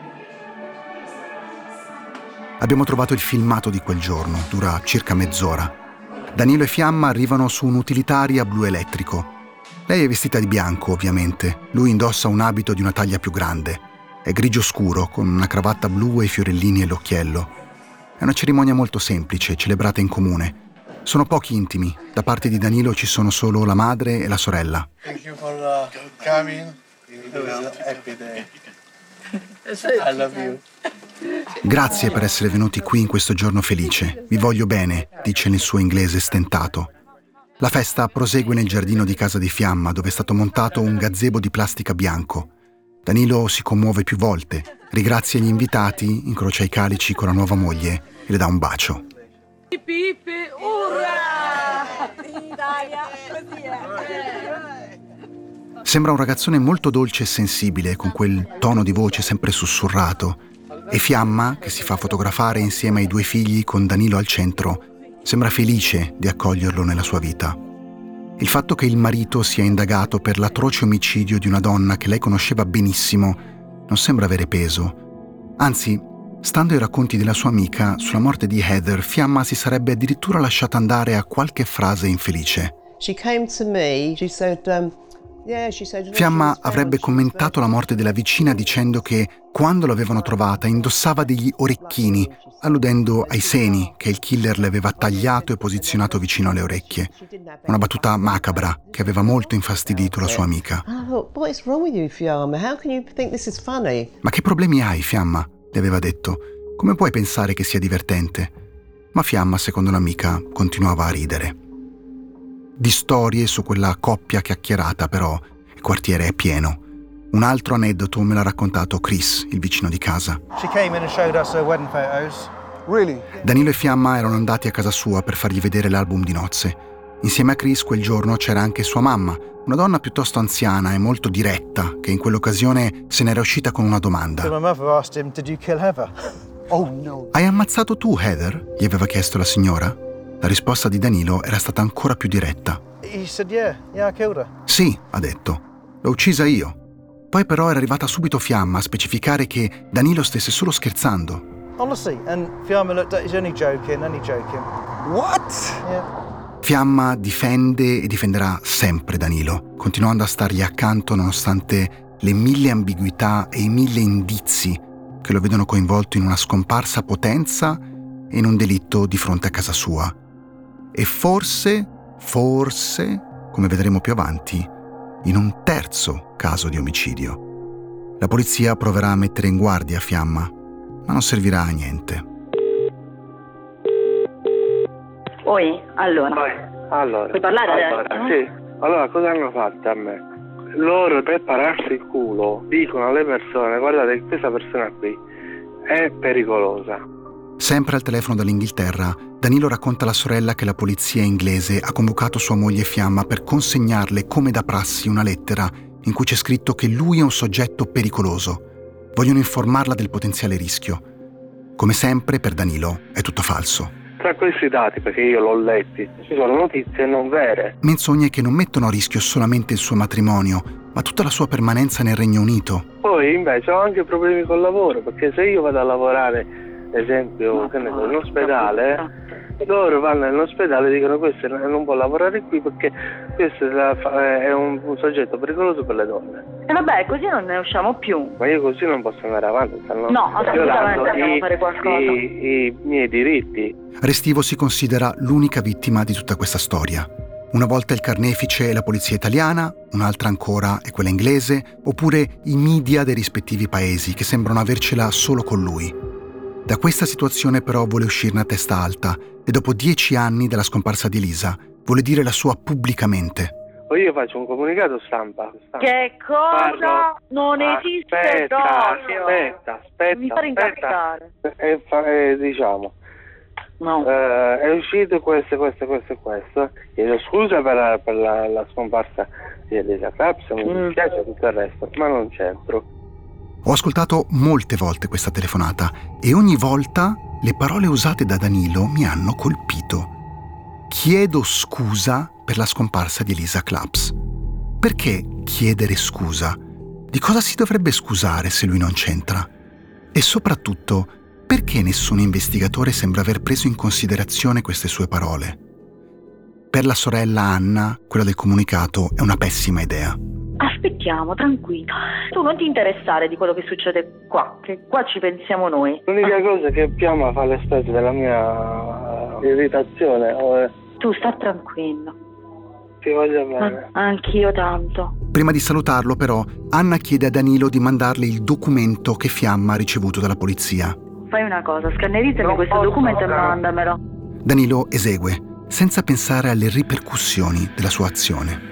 Abbiamo trovato il filmato di quel giorno, dura circa mezz'ora. Danilo e Fiamma arrivano su un utilitaria blu elettrico. Lei è vestita di bianco, ovviamente. Lui indossa un abito di una taglia più grande. È grigio scuro, con una cravatta blu e i fiorellini all'occhiello. È una cerimonia molto semplice, celebrata in comune. Sono pochi intimi. Da parte di Danilo ci sono solo la madre e la sorella. Thank you for uh, coming. It was a happy day. I love you. Grazie per essere venuti qui in questo giorno felice. Vi voglio bene, dice nel suo inglese stentato. La festa prosegue nel giardino di casa di Fiamma, dove è stato montato un gazebo di plastica bianco. Danilo si commuove più volte, ringrazia gli invitati, incrocia i calici con la nuova moglie e le dà un bacio. Pippe, urra! In Italia, così è. Sembra un ragazzone molto dolce e sensibile, con quel tono di voce sempre sussurrato. E Fiamma, che si fa fotografare insieme ai due figli con Danilo al centro, sembra felice di accoglierlo nella sua vita. Il fatto che il marito sia indagato per l'atroce omicidio di una donna che lei conosceva benissimo non sembra avere peso. Anzi, stando ai racconti della sua amica, sulla morte di Heather, Fiamma si sarebbe addirittura lasciata andare a qualche frase infelice. She came to me, she said, um, yeah, she said, Fiamma avrebbe commentato la morte della vicina dicendo che quando l'avevano trovata indossava degli orecchini, alludendo ai seni che il killer le aveva tagliato e posizionato vicino alle orecchie. Una battuta macabra che aveva molto infastidito la sua amica. Ma che problemi hai, Fiamma? Le aveva detto. Come puoi pensare che sia divertente? Ma Fiamma, secondo l'amica, continuava a ridere. Di storie su quella coppia chiacchierata, però, il quartiere è pieno. Un altro aneddoto me l'ha raccontato Chris, il vicino di casa. She came in and showed us her wedding photos. Really? Danilo e Fiamma erano andati a casa sua per fargli vedere l'album di nozze. Insieme a Chris quel giorno c'era anche sua mamma, una donna piuttosto anziana e molto diretta, che in quell'occasione se n'era uscita con una domanda. So my mother asked him, "Did you kill Heather?" Oh no. Hai ammazzato tu Heather? Gli aveva chiesto la signora. La risposta di Danilo era stata ancora più diretta. He said, "Yeah, yeah, I killed her." Sì, ha detto. L'ho uccisa io. Poi però era arrivata subito Fiamma a specificare che Danilo stesse solo scherzando. Honestly, and Fiamma looked at, he's only joking, only joking. What? Yeah. Fiamma difende e difenderà sempre Danilo, continuando a stargli accanto nonostante le mille ambiguità e i mille indizi che lo vedono coinvolto in una scomparsa a Potenza e in un delitto di fronte a casa sua. E forse, forse, come vedremo più avanti, in un terzo caso di omicidio. La polizia proverà a mettere in guardia Fiamma, ma non servirà a niente. Oi, allora. Poi, allora. Puoi parlare allora, adesso? Sì. Allora, cosa hanno fatto a me? Loro, per pararsi il culo, dicono alle persone: guardate che questa persona qui è pericolosa. Sempre al telefono dall'Inghilterra, Danilo racconta alla sorella che la polizia inglese ha convocato sua moglie Fiamma per consegnarle, come da prassi, una lettera in cui c'è scritto che lui è un soggetto pericoloso. Vogliono informarla del potenziale rischio. Come sempre, per Danilo, è tutto falso. Tra questi dati, perché io l'ho letti, ci sono notizie non vere. Menzogne che non mettono a rischio solamente il suo matrimonio, ma tutta la sua permanenza nel Regno Unito. Poi invece ho anche problemi col lavoro, perché se io vado a lavorare, ad esempio, che ne so, in ospedale, loro vanno all'ospedale e dicono questo non può lavorare qui perché questo è un, un soggetto pericoloso per le donne. E vabbè, così non ne usciamo più. Ma io così non posso andare avanti, stanno no, assolutamente dobbiamo i, fare qualcosa. I, i miei diritti. Restivo si considera l'unica vittima di tutta questa storia. Una volta il carnefice è la polizia italiana, un'altra ancora è quella inglese, oppure i media dei rispettivi paesi che sembrano avercela solo con lui. Da questa situazione però vuole uscirne a testa alta e dopo dieci anni dalla scomparsa di Elisa vuole dire la sua pubblicamente. O io faccio un comunicato stampa. stampa. Che cosa? Parlo. Non esiste aspetta, proprio. Aspetta, aspetta, Mi fare incazzare. E, fa, e diciamo, no. eh, è uscito questo, questo, questo e questo. Chiedo scusa per, la, per la, la scomparsa di Elisa Claps, mi Mm. dispiace tutto il resto, ma non c'entro. Ho ascoltato molte volte questa telefonata e ogni volta le parole usate da Danilo mi hanno colpito. Chiedo scusa per la scomparsa di Elisa Claps. Perché chiedere scusa? Di cosa si dovrebbe scusare se lui non c'entra? E soprattutto, perché nessun investigatore sembra aver preso in considerazione queste sue parole? Per la sorella Anna, quella del comunicato è una pessima idea. Aspettiamo, tranquillo. Tu non ti interessare di quello che succede qua, che qua ci pensiamo noi. L'unica cosa è che Fiamma fa le spese della mia irritazione. Tu sta tranquillo. Ti voglio bene. Ah, anch'io tanto. Prima di salutarlo, però, Anna chiede a Danilo di mandarle il documento che Fiamma ha ricevuto dalla polizia. Fai una cosa, scannerizzami questo documento e mandamelo. Danilo esegue, senza pensare alle ripercussioni della sua azione.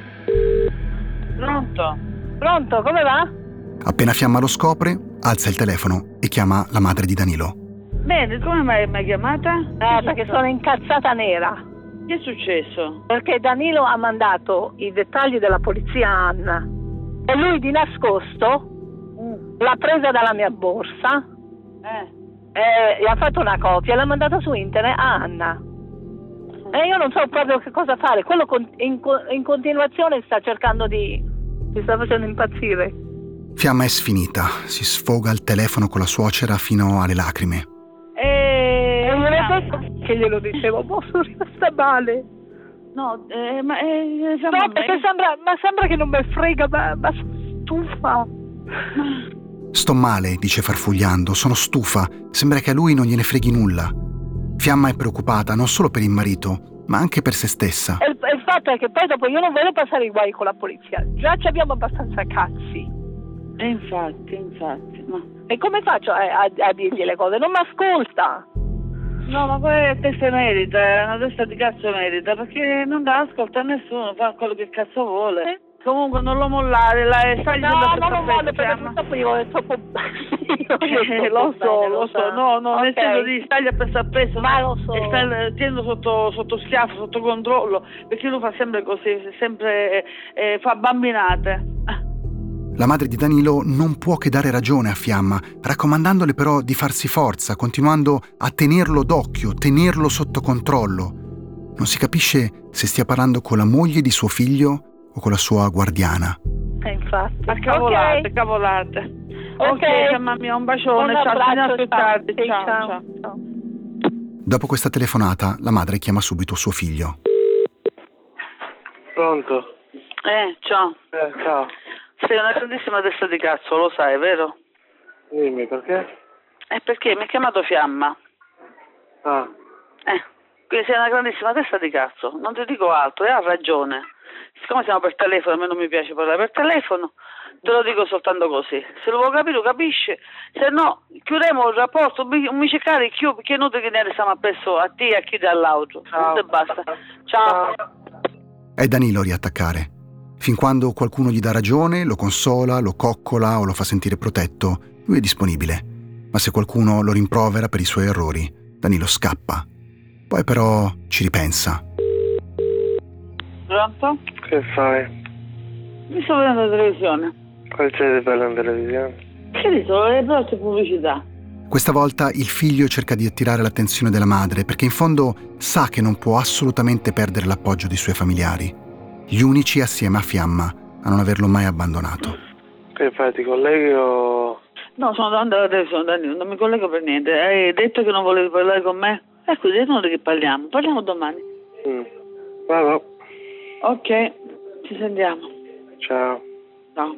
Pronto? Pronto, come va? Appena Fiamma lo scopre, alza il telefono e chiama la madre di Danilo. Bene, come mai mi hai chiamata? Eh, perché sono incazzata nera. Che è successo? Perché Danilo ha mandato i dettagli della polizia a Anna e lui di nascosto mm. l'ha presa dalla mia borsa eh. e gli ha fatto una copia e l'ha mandata su internet a Anna. E io non so proprio che cosa fare. Quello in, in continuazione sta cercando di... mi sta facendo impazzire. Fiamma è sfinita, si sfoga al telefono con la suocera fino alle lacrime. E, e gliel'ho detto che glielo dicevo, boh, sono rimasta male. No, eh, ma... Eh, no, perché sembra, ma sembra che non me frega, ma, ma sono stufa. Sto male, dice farfugliando, sono stufa, sembra che a lui non gliene freghi nulla. Fiamma è preoccupata non solo per il marito, ma anche per se stessa. E il, il fatto è che poi dopo io non voglio passare i guai con la polizia. Già ci abbiamo abbastanza cazzi. E infatti, infatti. Ma... E come faccio a, a, a dirgli le cose? Non mi ascolta. No, ma quella testa merita, è una testa di cazzo merita, perché non la ascolta nessuno, fa quello che cazzo vuole. Eh? Comunque non lo mollare, la stai no, no, non voglio, perché purtroppo io è troppo... eh, lo so, bene, lo so, so. no, no, okay. Nel senso di stagli a preso a preso, ma lo so. E stai tenendo sotto, sotto schiaffo, sotto controllo, perché lui fa sempre così, sempre eh, fa bambinate. La madre di Danilo non può che dare ragione a Fiamma, raccomandandole però di farsi forza, continuando a tenerlo d'occhio, tenerlo sotto controllo. Non si capisce se stia parlando con la moglie di suo figlio o con la sua guardiana. Eh, infatti. Ma cavolate, okay. cavolate. Ok, okay mamma mia, un bacione, un ciao, abbraccio, più tardi, ciao, ciao, ciao. ciao. ciao. Dopo questa telefonata, la madre chiama subito suo figlio. Pronto? Eh, ciao. Eh, ciao. Sei una grandissima testa di cazzo, lo sai, vero? Dimmi, perché? Eh, perché mi ha chiamato Fiamma. Ah. Eh, quindi sei una grandissima testa di cazzo, non ti dico altro, e ha ragione. Siccome siamo per telefono, a me non mi piace parlare per telefono, te lo dico soltanto così. Se lo vuoi capire, lo capisce, se no chiudiamo il rapporto, mi cercare chiù, perché è inutile che ne restiamo appresso a te e a chi dall'altro. Ciao. E basta. Ciao. È Danilo a riattaccare. Fin quando qualcuno gli dà ragione, lo consola, lo coccola o lo fa sentire protetto, lui è disponibile. Ma se qualcuno lo rimprovera per i suoi errori, Danilo scappa. Poi però ci ripensa. Pronto? Che fai? Mi sto vedendo la televisione. Qual c'è di bello in televisione? Che dico? Le prossime pubblicità. Questa volta il figlio cerca di attirare l'attenzione della madre perché in fondo sa che non può assolutamente perdere l'appoggio dei suoi familiari, gli unici assieme a Fiamma a non averlo mai abbandonato. Che fai, ti colleghi o... No, sono davanti alla televisione, Danilo, non mi collego per niente. Hai detto che non volevi parlare con me? Ecco, di noi che parliamo. Parliamo domani. Mm. Vabbè. Ok, ci sentiamo. Ciao. Ciao.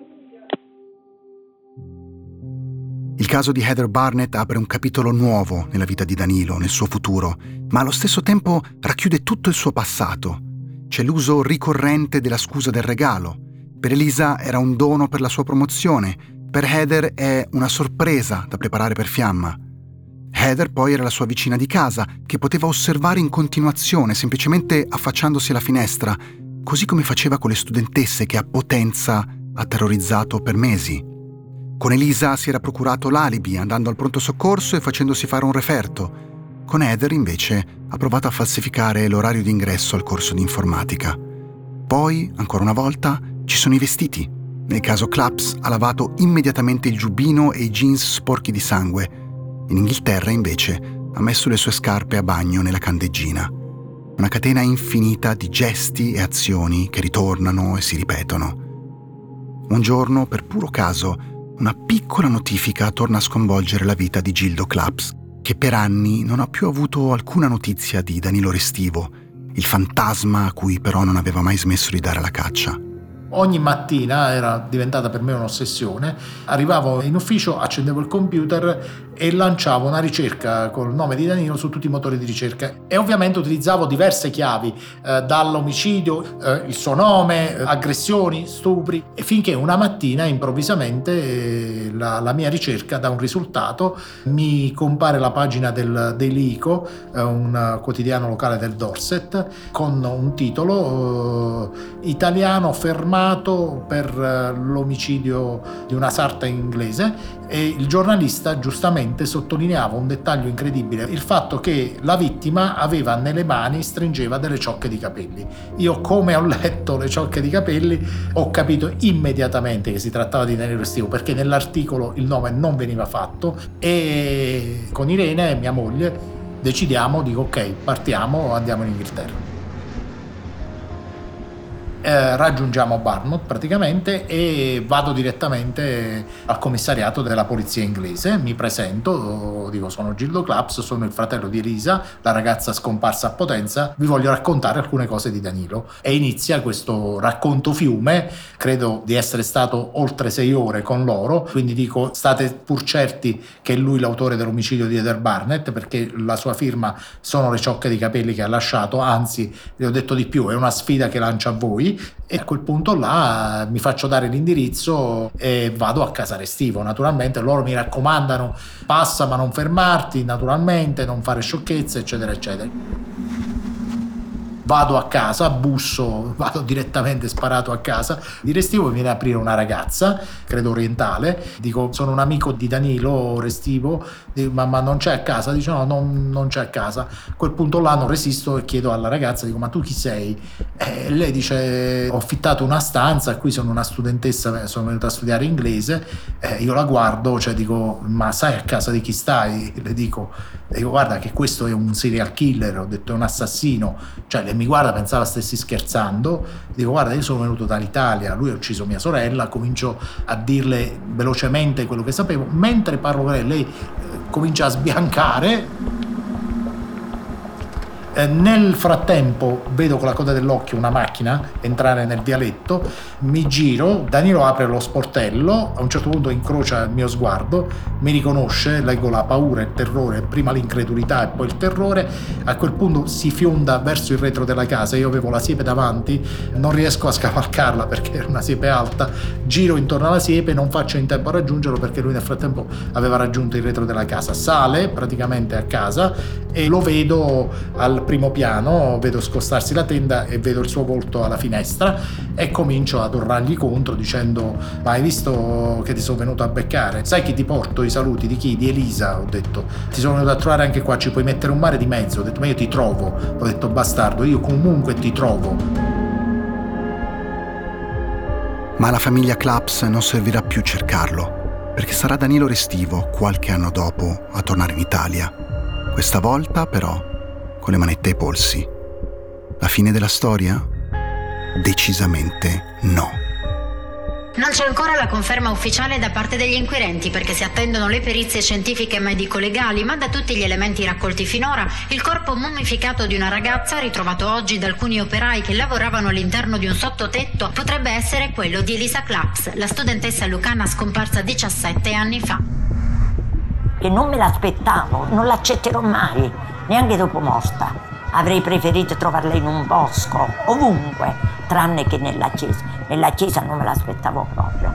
Il caso di Heather Barnett apre un capitolo nuovo nella vita di Danilo, nel suo futuro, ma allo stesso tempo racchiude tutto il suo passato. C'è l'uso ricorrente della scusa del regalo. Per Elisa era un dono per la sua promozione, per Heather è una sorpresa da preparare per Fiamma. Heather poi era la sua vicina di casa, che poteva osservare in continuazione, semplicemente affacciandosi alla finestra, così come faceva con le studentesse che a Potenza ha terrorizzato per mesi. Con Elisa si era procurato l'alibi andando al pronto soccorso e facendosi fare un referto. Con Heather, invece, ha provato a falsificare l'orario di ingresso al corso di informatica. Poi, ancora una volta, ci sono i vestiti. Nel caso Claps ha lavato immediatamente il giubbino e i jeans sporchi di sangue. In Inghilterra, invece, ha messo le sue scarpe a bagno nella candeggina. Una catena infinita di gesti e azioni che ritornano e si ripetono. Un giorno, per puro caso, una piccola notifica torna a sconvolgere la vita di Gildo Claps, che per anni non ha più avuto alcuna notizia di Danilo Restivo, il fantasma a cui però non aveva mai smesso di dare la caccia. Ogni mattina era diventata per me un'ossessione. Arrivavo in ufficio, accendevo il computer e lanciavo una ricerca col nome di Danilo su tutti i motori di ricerca e ovviamente utilizzavo diverse chiavi, eh, dall'omicidio, eh, il suo nome, eh, aggressioni, stupri, e finché una mattina improvvisamente eh, la, la mia ricerca dà un risultato. Mi compare la pagina del Daily Echo, eh, un quotidiano locale del Dorset, con un titolo eh, italiano fermato per l'omicidio di una sarta inglese, e il giornalista giustamente sottolineava un dettaglio incredibile: il fatto che la vittima aveva nelle mani, stringeva delle ciocche di capelli. Io, come ho letto le ciocche di capelli, ho capito immediatamente che si trattava di Danilo Restivo, perché nell'articolo il nome non veniva fatto, e con Irene, mia moglie, decidiamo, dico ok, partiamo, andiamo in Inghilterra. Eh, raggiungiamo Barmouth praticamente e vado direttamente al commissariato della polizia inglese. Mi presento, dico sono Gildo Claps, sono il fratello di Elisa, la ragazza scomparsa a Potenza, vi voglio raccontare alcune cose di Danilo. E inizia questo racconto fiume, credo di essere stato oltre sei ore con loro, quindi dico state pur certi che è lui l'autore dell'omicidio di Heather Barnett, perché la sua firma sono le ciocche di capelli che ha lasciato, anzi vi ho detto di più, è una sfida che lancia a voi. E a quel punto là mi faccio dare l'indirizzo e vado a casa Restivo. Naturalmente loro mi raccomandano: passa ma non fermarti, naturalmente non fare sciocchezze, eccetera eccetera. Vado a casa, busso, vado direttamente sparato a casa di Restivo. Mi viene a aprire una ragazza, credo orientale. Dico sono un amico di Danilo Restivo. Dico, ma, ma non c'è a casa? Dice no, non, non c'è a casa. A quel punto là non resisto e chiedo alla ragazza, dico ma tu chi sei? E lei dice ho affittato una stanza, qui sono una studentessa, sono venuta a studiare inglese. Eh, io la guardo, cioè dico ma sai a casa di chi stai? Le dico, dico guarda che questo è un serial killer, ho detto è un assassino. Cioè lei mi guarda, pensava stessi scherzando. Dico guarda io sono venuto dall'Italia, lui ha ucciso mia sorella. Comincio a dirle velocemente quello che sapevo. Mentre parlo con lei, lei eh, comincia a sbiancare. Eh, nel frattempo vedo con la coda dell'occhio una macchina entrare nel vialetto, mi giro, Danilo apre lo sportello, a un certo punto incrocia il mio sguardo, mi riconosce, leggo la paura, il terrore, prima l'incredulità e poi il terrore. A quel punto si fionda verso il retro della casa, io avevo la siepe davanti, non riesco a scavalcarla perché era una siepe alta, giro intorno alla siepe, non faccio in tempo a raggiungerlo perché lui nel frattempo aveva raggiunto il retro della casa, sale praticamente a casa e lo vedo al primo piano, vedo scostarsi la tenda e vedo il suo volto alla finestra e comincio ad urlargli contro dicendo ma hai visto che ti sono venuto a beccare? Sai che ti porto i saluti di chi? Di Elisa, ho detto. Ti sono venuto a trovare anche qua, ci puoi mettere un mare di mezzo? Ho detto ma io ti trovo. Ho detto bastardo, io comunque ti trovo. Ma alla famiglia Claps non servirà più cercarlo. perché sarà Danilo Restivo, qualche anno dopo, a tornare in Italia. Questa volta, però, con le manette ai polsi. La fine della storia? Decisamente no. Non c'è ancora la conferma ufficiale da parte degli inquirenti perché si attendono le perizie scientifiche e medico-legali, ma da tutti gli elementi raccolti finora, il corpo mummificato di una ragazza ritrovato oggi da alcuni operai che lavoravano all'interno di un sottotetto potrebbe essere quello di Elisa Claps, la studentessa lucana scomparsa diciassette anni fa. Che non me l'aspettavo, non l'accetterò mai, neanche dopo morta. Avrei preferito trovarla in un bosco, ovunque, tranne che nella chiesa. Nella chiesa non me l'aspettavo proprio.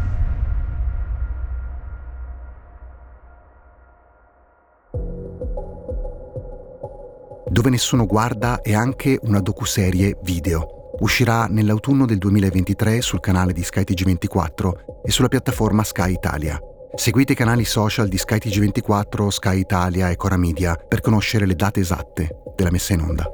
Dove nessuno guarda è anche una docuserie video. Uscirà nell'autunno del duemilaventitré sul canale di Sky T G ventiquattro e sulla piattaforma Sky Italia. Seguite i canali social di Sky T G ventiquattro, Sky Italia e Cora Media per conoscere le date esatte della messa in onda.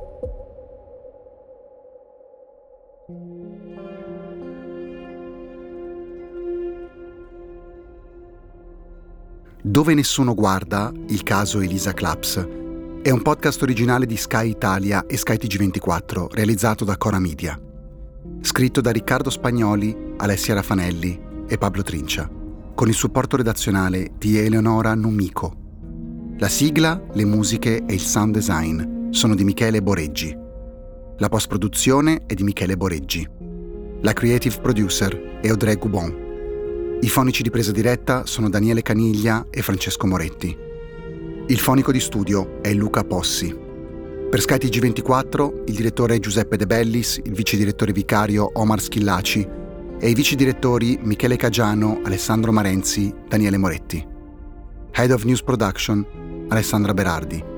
Dove nessuno guarda, il caso Elisa Claps, è un podcast originale di Sky Italia e Sky T G ventiquattro realizzato da Cora Media. Scritto da Riccardo Spagnoli, Alessia Raffanelli e Pablo Trincia, con il supporto redazionale di Eleonora Numico. La sigla, le musiche e il sound design sono di Michele Boreggi. La post-produzione è di Michele Boreggi. La creative producer è Audrey Goubon. I fonici di presa diretta sono Daniele Caniglia e Francesco Moretti. Il fonico di studio è Luca Possi. Per Sky T G ventiquattro il direttore è Giuseppe De Bellis, il vice direttore vicario Omar Schillaci e i vice direttori Michele Cagiano, Alessandro Marenzi, Daniele Moretti. Head of News Production, Alessandra Berardi.